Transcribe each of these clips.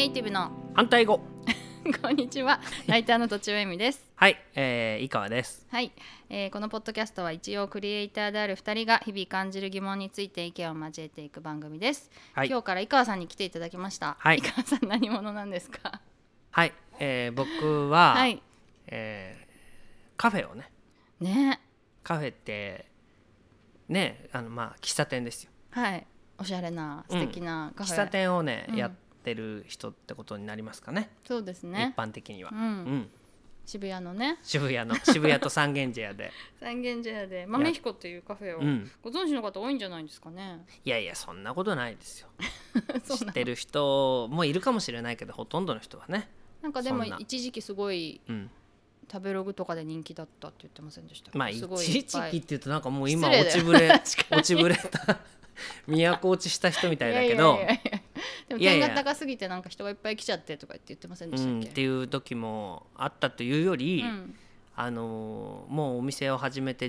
イティブの反対語こんにちは、ライターのとちおえみです。 はい、井川です。 はい、このポッドキャストは一応クリエイターである2人が日々感じる疑問について意見を交えていく番組です。はい、今日から井川さんに来ていただきました。はい、井川さん何者なんですか？ はい、僕は、はい、カフェをね、カフェってね、喫茶店ですよ。 はい、おしゃれな素敵なカフェ、 喫茶店をね、やってる人ってことになりますかね。 そうですね、 一般的には、 渋谷のね、 渋谷と三軒茶屋で三軒茶屋で豆彦っていうカフェをご存知の方多いんじゃないですかね。 いやいや、そんなことないですよ知ってる人もいるかもしれないけど、ほとんどの人はね。 なんかでも一時期すごい、食べログとかで人気だったって言ってませんでした？ 一時期って言うとなんかもう今落ちぶれた都落ちした人みたいだけど、 でも点が高すぎてなんか人がいっぱい来ちゃってとか言ってませんでしたっけ？ っていう時もあったというより、もうお店を始めて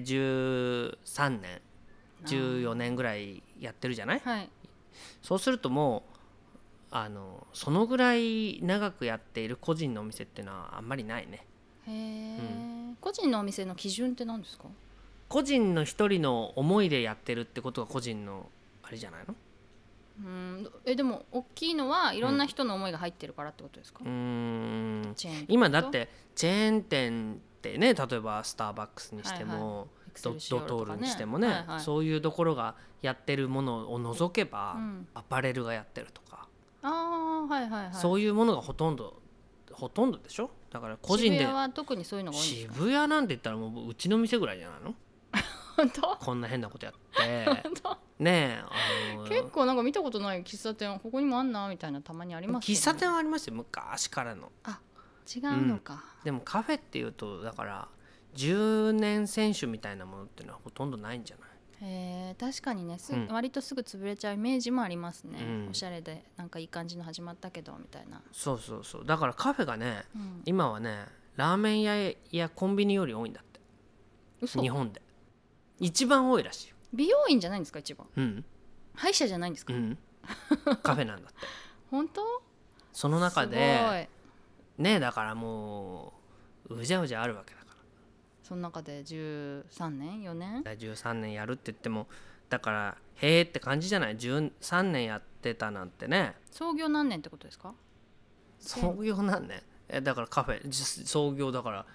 13年14年ぐらいやってるじゃない、はい、そうするともうそのぐらい長くやっている個人のお店っていうのはあんまりないね。 個人のお店の基準って何ですか？ 個人の一人の思いでやってるってことが個人のあれじゃないの？ でも大きいのはいろんな人の思いが入ってるからってことですか？ 今だってチェーン店ってね、例えばスターバックスにしても、ドトールにしてもね、そういうところがやってるものを除けば、アパレルがやってるとか、そういうものがほとんどでしょ。だから個人で渋谷は特にそういうのが多いんですか？ 渋谷なんて言ったらもううちの店ぐらいじゃないの？ 本当？ こんな変なことやってねえ、結構なんか見たことない喫茶店ここにもあんなみたいなたまにありますけど、ね、 喫茶店はありますよ、昔からの。 あ、違うのか、 でもカフェっていうとだから10年選手みたいなものっていうのはほとんどないんじゃない？ 確かにね、割とすぐ潰れちゃうイメージもありますね、おしゃれでなんかいい感じの始まったけどみたいな。 そうだからカフェがね、今はねラーメン屋やコンビニより多いんだって。 嘘？ 日本で一番多いらしいよ。 美容院じゃないんですか？一番、歯医者じゃないんですか？ カフェなんだって本当？ その中でね、だからもううじゃうじゃあるわけだから。 その中で13年4年 13年やるって言ってもだからへーって感じじゃない。13年やってたなんてね。 創業何年ってことですか？ 創業何年？だからカフェ創業だから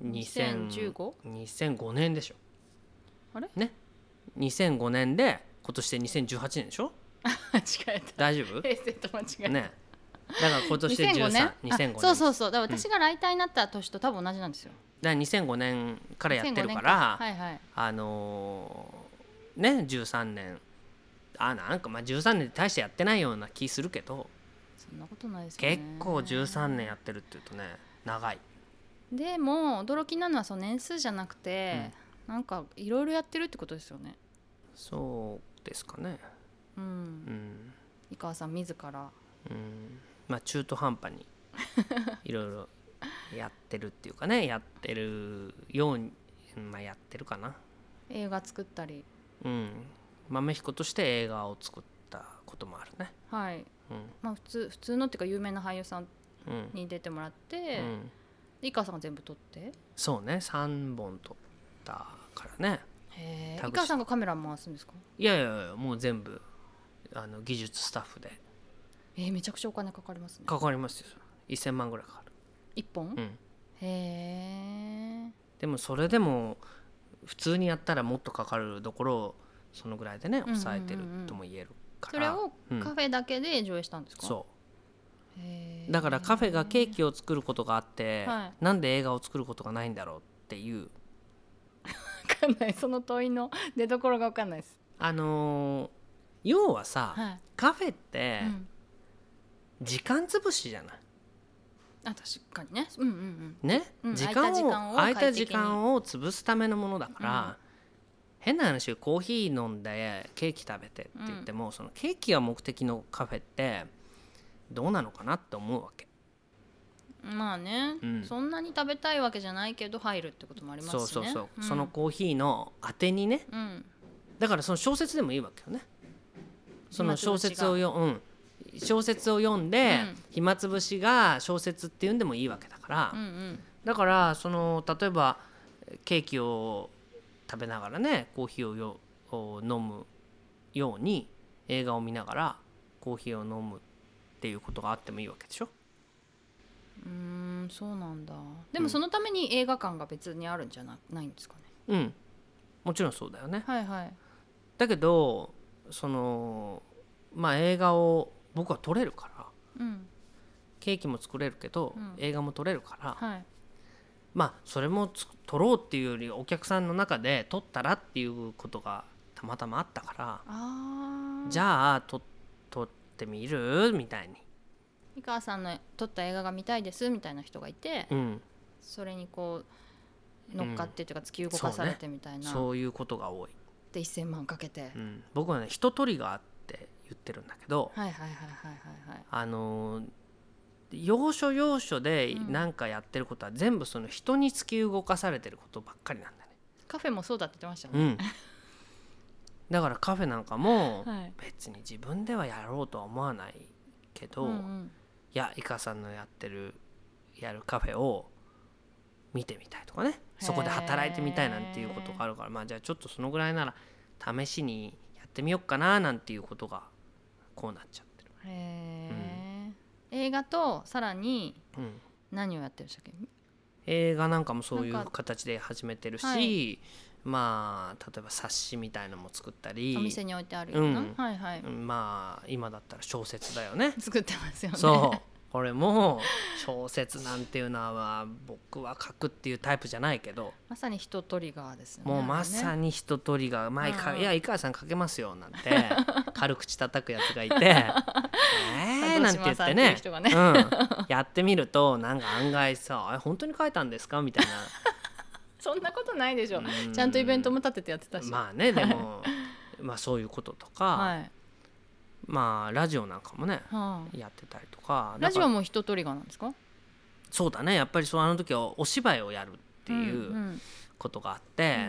2005年でしょ。 あれね、 2005年で今年で2018年でしょ。 間違えた。 大丈夫？ 平成と間違えたね。だから今年で13 2005年。 そうだから私がライターになった年と多分同じなんですよ。 だから2005年からやってるから、ね、13年なんか13年で大してやってないような気するけど、 そんなことないですよね。 結構13年やってるっていうとね、長い。でも驚きなのはその年数じゃなくて、なんかいろいろやってるってことですよね。 そうですかね。 井川さん自ら、 中途半端にいろいろやってるっていうかね、やってるように、やってるかな。 映画作ったり、 豆彦として映画を作ったこともあるね。 はい、普通のっていうか有名な俳優さんに出てもらって、井川さんが全部撮って。そうね、 3本撮ったからね。 井川さんがカメラ回すんですか？ いやもう全部技術スタッフで。 めちゃくちゃお金かかりますね。 かかりますよ。1000万ぐらいかかる 1本。 でもそれでも普通にやったらもっとかかるところをそのぐらいでね抑えてるとも言えるから、 それをカフェだけで上映したんですか？ そうだからカフェがケーキを作ることがあって、なんで映画を作ることがないんだろうっていう分かんない、その問いの出どころが分かんないです。 要はさ、カフェって、時間潰しじゃない。 確かにね。 空いた時間を潰すためのものだから、変な話、コーヒー飲んでケーキ食べてって言っても、そのケーキが目的のカフェってどうなのかなって思うわけ。 まあね、そんなに食べたいわけじゃないけど入るってこともありますしね。 そのコーヒーのあてにね、だからその小説でもいいわけよね。その小説を小説を読んで、暇つぶしが小説っていうんでもいいわけだから、だから例えばケーキを食べながらねコーヒーを飲むように映画を見ながらコーヒーを飲むっていうことがあってもいいわけでしょ。 そうなんだ。でもそのために映画館が別にあるんじゃないんですかね。 もちろんそうだよね。 はいはい。 だけど映画を僕は撮れるから、ケーキも作れるけど、映画も撮れるから、それも撮ろうっていうよりお客さんの中で撮ったらっていうことがたまたまあったから、じゃあ撮ってみるみたいに、 井川さんの撮った映画が見たいですみたいな人がいて、それにこう乗っかってというか突き動かされてみたいな、 そういうことが多い。 で1000万かけて、 僕はね一トリガーって言ってるんだけど、要所要所で何かやってることは全部その人に突き動かされてることばっかりなんだね。 カフェもそうだって言ってましたね、 だからカフェなんかも別に自分ではやろうとは思わないけど、いや井川さんのやるカフェを見てみたいとかね、そこで働いてみたいなんていうことがあるから、じゃあちょっとそのぐらいなら試しにやってみようかななんていうことがこうなっちゃってる。 映画とさらに何をやってるんでしたっけ。 映画なんかもそういう形で始めてるし、例えば冊子みたいのも作ったり、 お店に置いてあるような、 今だったら小説だよね。 作ってますよね。 そうこれも小説なんていうのは僕は書くっていうタイプじゃないけど、 まさに一トリガーですよね。 もうまさに一トリガー、いや井川さん書けますよなんて軽口叩くやつがいてなんて言ってね、やってみるとなんか案外さ本当に書いたんですかみたいなそんなことないでしょ。ちゃんとイベントも立ててやってたし。 でもそういうこととか、ラジオなんかもね、やってたりとか。 ラジオも一トリガーなんですか。 そうだね、やっぱりあの時はお芝居をやるっていうことがあって、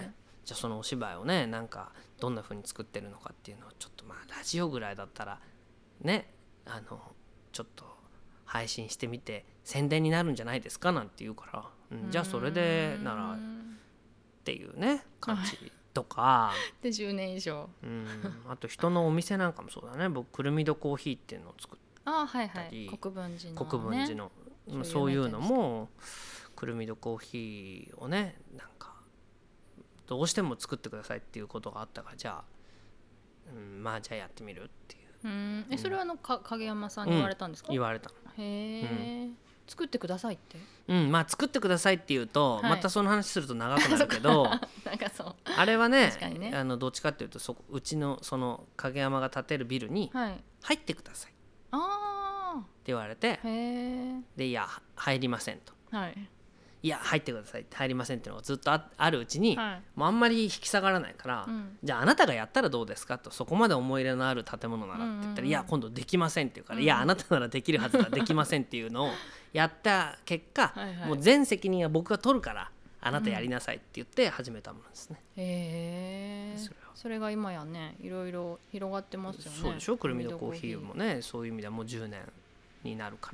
じゃあそのお芝居をねなんかどんな風に作ってるのかっていうのをちょっとラジオぐらいだったらねちょっと配信してみて宣伝になるんじゃないですかなんて言うから、じゃあそれでならっていうね感じとかで10年以上、 あと人のお店なんかもそうだね。僕くるみどコーヒーっていうのを作ったり、 国分寺のそういうのもくるみどコーヒーをねなんかどうしても作ってくださいっていうことがあったから、じゃあじゃあやってみるっていう。 それは影山さんに言われたんですか。 言われた。 作ってくださいって。 作ってくださいっていうと、またその話すると長くなるけどあれはねどっちかっていうとうちのその影山が建てるビルに入ってくださいって言われて、でいや入りませんと、いや入ってくださいって入りませんっていうのがずっと あるうちに、もうあんまり引き下がらないから、じゃああなたがやったらどうですかと、そこまで思い入れのある建物ならって言ったら、いや今度できませんって言うから、いやあなたならできるはずだできませんっていうのをやった結果、もう全責任は僕が取るからあなたやりなさいって言って始めたものですね。 それが今やねいろいろ広がってますよね。 そうでしょ。くるみどコーヒーもねそういう意味ではもう10年になるから、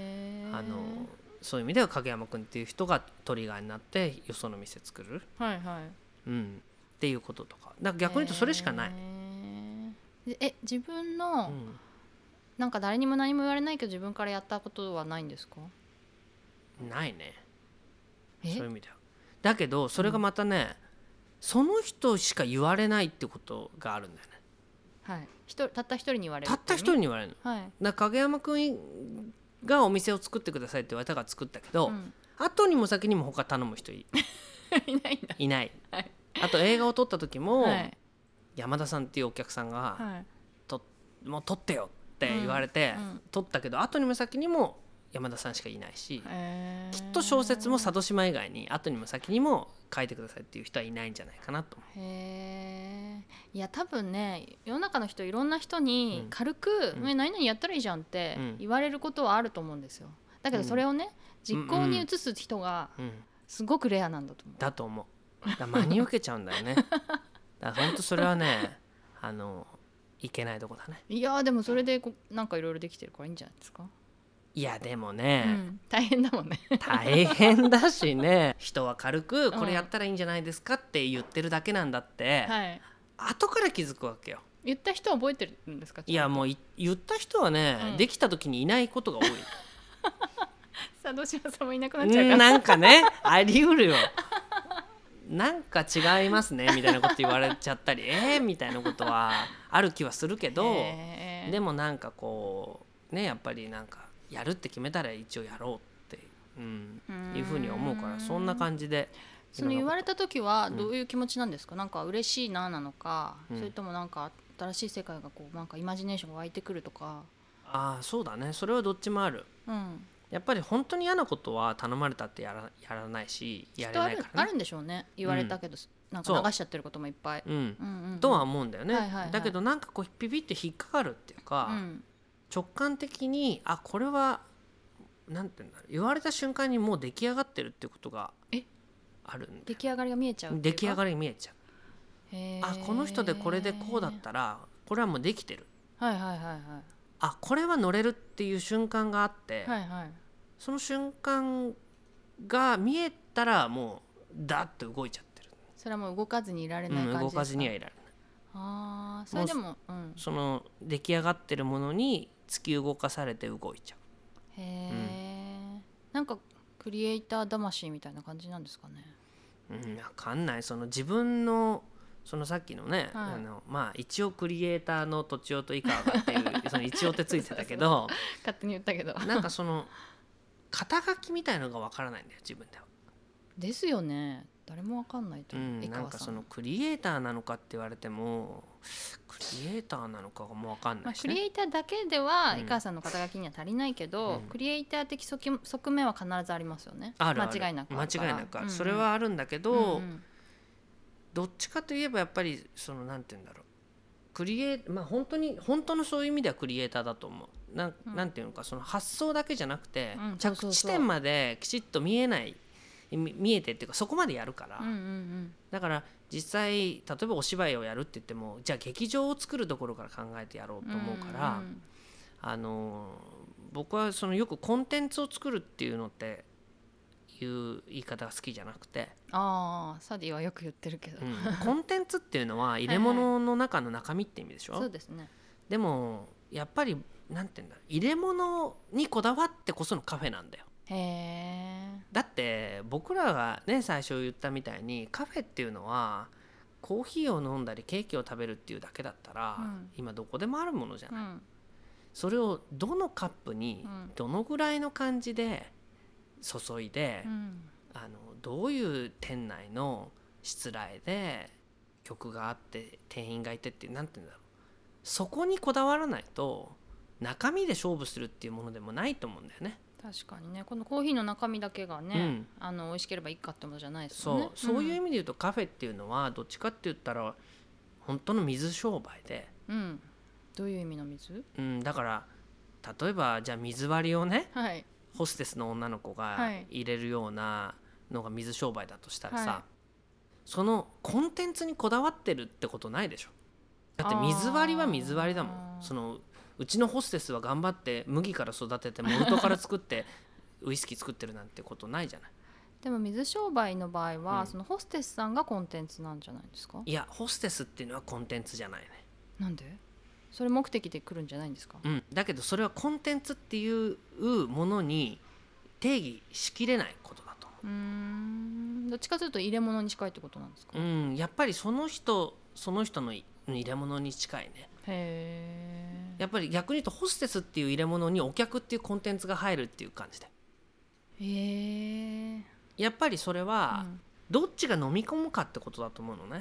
そういう意味では影山君っていう人がトリガーになってよその店作る、っていうこととか、だから逆に言うとそれしかない。 自分の、なんか誰にも何も言われないけど自分からやったことはないんですか。 ないね、そういう意味では。だけどそれがまたね、その人しか言われないってことがあるんだよね。 たった一人に言われる。 たった一人に言われるの。だから影山君がお店を作ってくださいって言われたから作ったけど、後にも先にも他頼む人いない。あと映画を撮った時も、山田さんっていうお客さんが、もう撮ってよって言われて、撮ったけど後にも先にも山田さんしかいないし、きっと小説も佐渡島以外に後にも先にも書いてくださいっていう人はいないんじゃないかなと。 いや多分ね世の中の人いろんな人に軽く、何々やったらいいじゃんって言われることはあると思うんですよ。だけどそれをね、実行に移す人がすごくレアなんだと思う。 だと思う。真に受けちゃうんだよね。だから本当それはねいけないとこだね。 いやでもそれでなんかいろいろできてるからいいんじゃないですか。 いやでもね、 大変だもんね大変だしね人は軽くこれやったらいいんじゃないですかって言ってるだけなんだって、後から気づくわけよ。 言った人は覚えてるんですか。 いやもう言った人はね、できた時にいないことが多いさあどうしますもいなくなっちゃうからなんかねあり得るよなんか違いますねみたいなこと言われちゃったりみたいなことはある気はするけど、でもなんかこうねやっぱりなんかやるって決めたら一応やろうって、いうふうに思うから、そんな感じで。 その言われた時はどういう気持ちなんですか。なんか嬉しいなのか、それともなんか新しい世界がこうなんかイマジネーションが湧いてくるとか。 そうだね、それはどっちもある、やっぱり本当に嫌なことは頼まれたってやらないしやれないからね。 あるんでしょうね、言われたけど、なんか流しちゃってることもいっぱい、 とは思うんだよね、だけどなんかこうピピッと引っかかるっていうか、直感的にこれはなんていうんだろう、言われた瞬間にもう出来上がってるっていうことがあるんだよ。 出来上がりが見えちゃう。 出来上がりが見えちゃう。この人でこれでこうだったらこれはもうできてる、これは乗れるっていう瞬間があって、その瞬間が見えたらもうダッと動いちゃってる。 それはもう動かずにいられない感じですか。 動かずにはいられない。それでも、 その出来上がってるものに突き動かされて動いちゃう。 なんかクリエイター魂みたいな感じなんですかね。 分かんない。その自分のそのさっきのね、一応クリエイターのとちおと井川がっていうその一応ってついてたけど勝手に言ったけどなんかその肩書きみたいのが分からないんだよ自分では。 ですよね、誰も分かんないと思う。 なんかそのクリエイターなのかって言われてもクリエイターなのかも分かんないし、ね、 クリエイターだけでは井川さんの肩書きには足りないけど、クリエイター的側面は必ずありますよね。間違いなく間違いなく、それはあるんだけど、どっちかといえばやっぱりそのなんて言うんだろう、本当のそういう意味ではクリエイターだと思う。なんていうのか、その発想だけじゃなくて、着地点まできちっと見えてっていうかそこまでやるから、だから実際例えばお芝居をやるって言ってもじゃあ劇場を作るところから考えてやろうと思うから、僕はそのよくコンテンツを作るっていうのっていう言い方が好きじゃなくて、 サディはよく言ってるけど、 コンテンツっていうのは入れ物の中の中身って意味でしょ。 そうですね。 でもやっぱりなんていうんだ、入れ物にこだわってこそのカフェなんだよ。だって僕らがね最初言ったみたいにカフェっていうのはコーヒーを飲んだりケーキを食べるっていうだけだったら、今どこでもあるものじゃない、それをどのカップにどのぐらいの感じで注いで、どういう店内のしつらえで曲があって店員がいてってなんていうんだろう、そこにこだわらないと中身で勝負するっていうものでもないと思うんだよね。 確かにね、このコーヒーの中身だけがね、美味しければいいかってものじゃないですよね。 そういう意味で言うとカフェっていうのはどっちかって言ったら本当の水商売で、 どういう意味の水？ だから例えばじゃあ水割りをね、ホステスの女の子が入れるようなのが水商売だとしたらさ、そのコンテンツにこだわってるってことないでしょ。だって水割りは水割りだもん。そのうちのホステスは頑張って麦から育ててモルトから作ってウイスキー作ってるなんてことないじゃない。 でも水商売の場合は、そのホステスさんがコンテンツなんじゃないですか。 いやホステスっていうのはコンテンツじゃないね。 なんで？それ目的で来るんじゃないんですか。 だけどそれはコンテンツっていうものに定義しきれないことだと思う。 どっちかというと入れ物に近いってことなんですか。 やっぱりその人の入れ物に近いね。やっぱり逆に言うとホステスっていう入れ物にお客っていうコンテンツが入るっていう感じで、やっぱりそれはどっちが飲み込むかってことだと思うのね。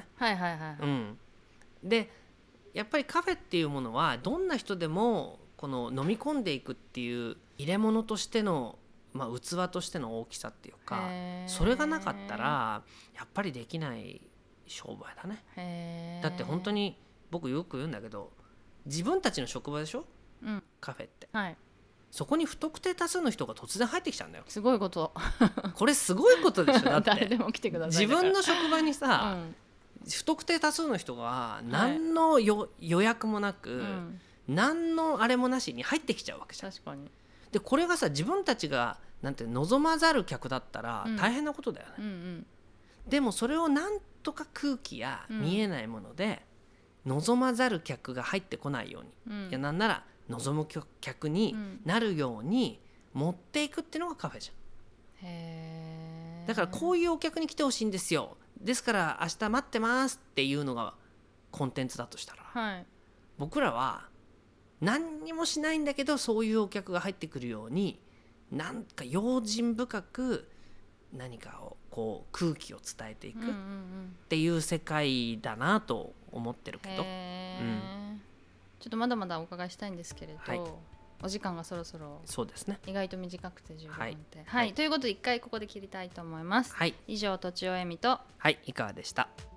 でやっぱりカフェっていうものはどんな人でもこの飲み込んでいくっていう入れ物としての、器としての大きさっていうか、それがなかったらやっぱりできない商売だね。だって本当に僕よく言うんだけど、自分たちの職場でしょ、カフェって、そこに不特定多数の人が突然入ってきちゃうんだよ。 すごいことこれすごいことでしょ。だって誰でも来てください。 自分の職場にさ、 不特定多数の人が何の予約もなく、何のあれもなしに入ってきちゃうわけじゃん。 確かに。 でこれがさ自分たちがなんて望まざる客だったら大変なことだよね、でもそれをなんとか空気や見えないもので望まざる客が入ってこないように、いやなんなら望む客になるように持っていくっていうのがカフェじゃん。へー。だからこういうお客に来てほしいんですよ、ですから明日待ってますっていうのがコンテンツだとしたら、僕らは何にもしないんだけどそういうお客が入ってくるようになんか用心深く何かをこう空気を伝えていくっていう世界だなと思ってるけど、 ちょっとまだまだお伺いしたいんですけれど、お時間がそろそろそうですね、 意外と短くて15分って、ということで一回ここで切りたいと思います。以上とちおえみと井川でした。